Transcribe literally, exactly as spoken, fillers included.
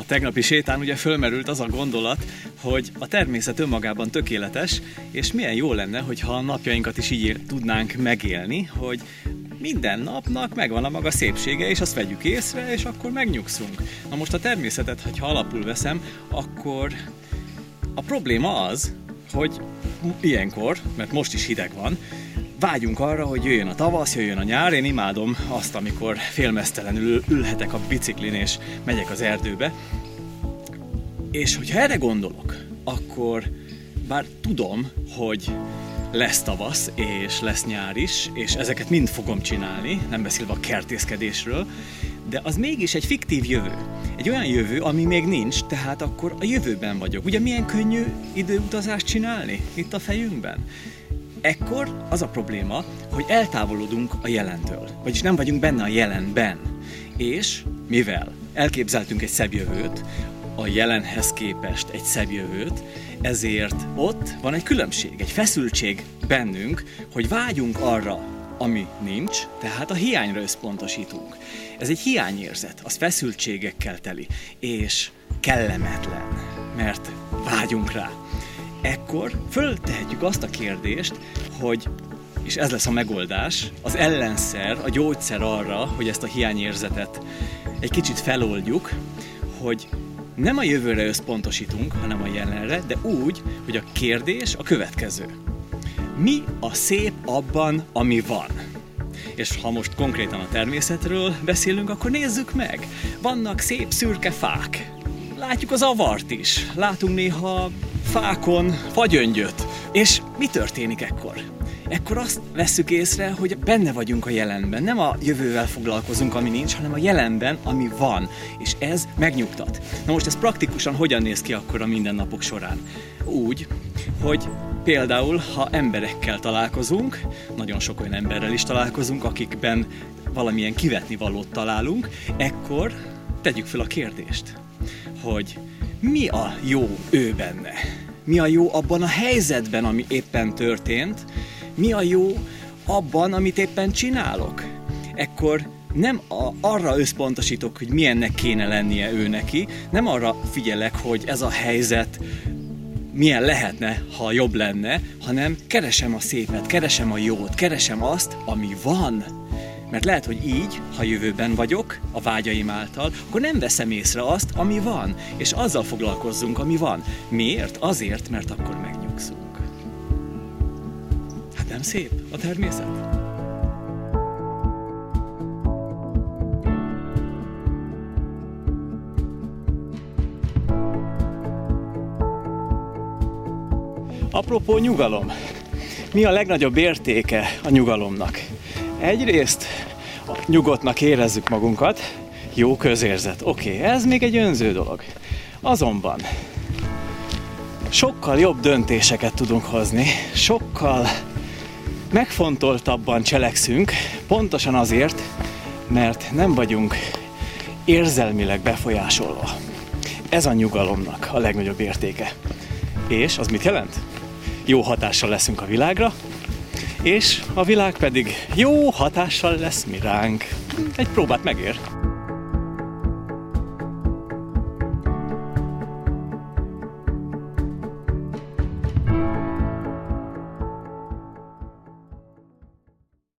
A tegnapi sétán ugye fölmerült az a gondolat, hogy a természet önmagában tökéletes, és milyen jó lenne, hogyha a napjainkat is így tudnánk megélni, hogy minden napnak megvan a maga szépsége, és azt vegyük észre, és akkor megnyugszunk. Na most a természetet, ha alapul veszem, akkor a probléma az, hogy ilyenkor, mert most is hideg van, vágyunk arra, hogy jöjjön a tavasz, jöjjön a nyár. Én imádom azt, amikor félmeztelenül ülhetek a biciklin és megyek az erdőbe. És hogyha erre gondolok, akkor bár tudom, hogy lesz tavasz és lesz nyár is, és ezeket mind fogom csinálni, nem beszélve a kertészkedésről, de az mégis egy fiktív jövő. Egy olyan jövő, ami még nincs, tehát akkor a jövőben vagyok. Ugye milyen könnyű időutazást csinálni itt a fejünkben? Ekkor az a probléma, hogy eltávolodunk a jelentől, vagyis nem vagyunk benne a jelenben. És mivel elképzeltünk egy szebb jövőt, a jelenhez képest egy szebb jövőt, ezért ott van egy különbség, egy feszültség bennünk, hogy vágyunk arra, ami nincs, tehát a hiányra összpontosítunk. Ez egy hiányérzet, az feszültségekkel teli, és kellemetlen, mert vágyunk rá. Ekkor föltehetjük azt a kérdést, hogy, és ez lesz a megoldás, az ellenszer, a gyógyszer arra, hogy ezt a hiányérzetet egy kicsit feloldjuk, hogy nem a jövőre összpontosítunk, hanem a jelenre, de úgy, hogy a kérdés a következő. Mi a szép abban, ami van? És ha most konkrétan a természetről beszélünk, akkor nézzük meg. Vannak szép szürke fák. Látjuk az avart is. Látunk néha fákon fagyöngyöt. És mi történik ekkor? Ekkor azt vesszük észre, hogy benne vagyunk a jelenben. Nem a jövővel foglalkozunk, ami nincs, hanem a jelenben, ami van. És ez megnyugtat. Na most ez praktikusan hogyan néz ki akkor a mindennapok során? Úgy, hogy például, ha emberekkel találkozunk, nagyon sok olyan emberrel is találkozunk, akikben valamilyen kivetni valót találunk, ekkor tegyük fel a kérdést, hogy mi a jó ő benne? Mi a jó abban a helyzetben, ami éppen történt? Mi a jó abban, amit éppen csinálok? Ekkor nem a, arra összpontosítok, hogy milyennek kéne lennie ő neki, nem arra figyelek, hogy ez a helyzet milyen lehetne, ha jobb lenne, hanem keresem a szépet, keresem a jót, keresem azt, ami van. Mert lehet, hogy így, ha jövőben vagyok, a vágyaim által, akkor nem veszem észre azt, ami van, és azzal foglalkozzunk, ami van. Miért? Azért, mert akkor megnyugszunk. Hát nem szép a természet? Apropó nyugalom. Mi a legnagyobb értéke a nyugalomnak? Egyrészt nyugodtnak érezzük magunkat, jó közérzet. Oké, okay, ez még egy önző dolog. Azonban sokkal jobb döntéseket tudunk hozni, sokkal megfontoltabban cselekszünk, pontosan azért, mert nem vagyunk érzelmileg befolyásolva. Ez a nyugalomnak a legnagyobb értéke. És az mit jelent? Jó hatással leszünk a világra, és a világ pedig jó hatással lesz mi ránk. Egy próbát megér.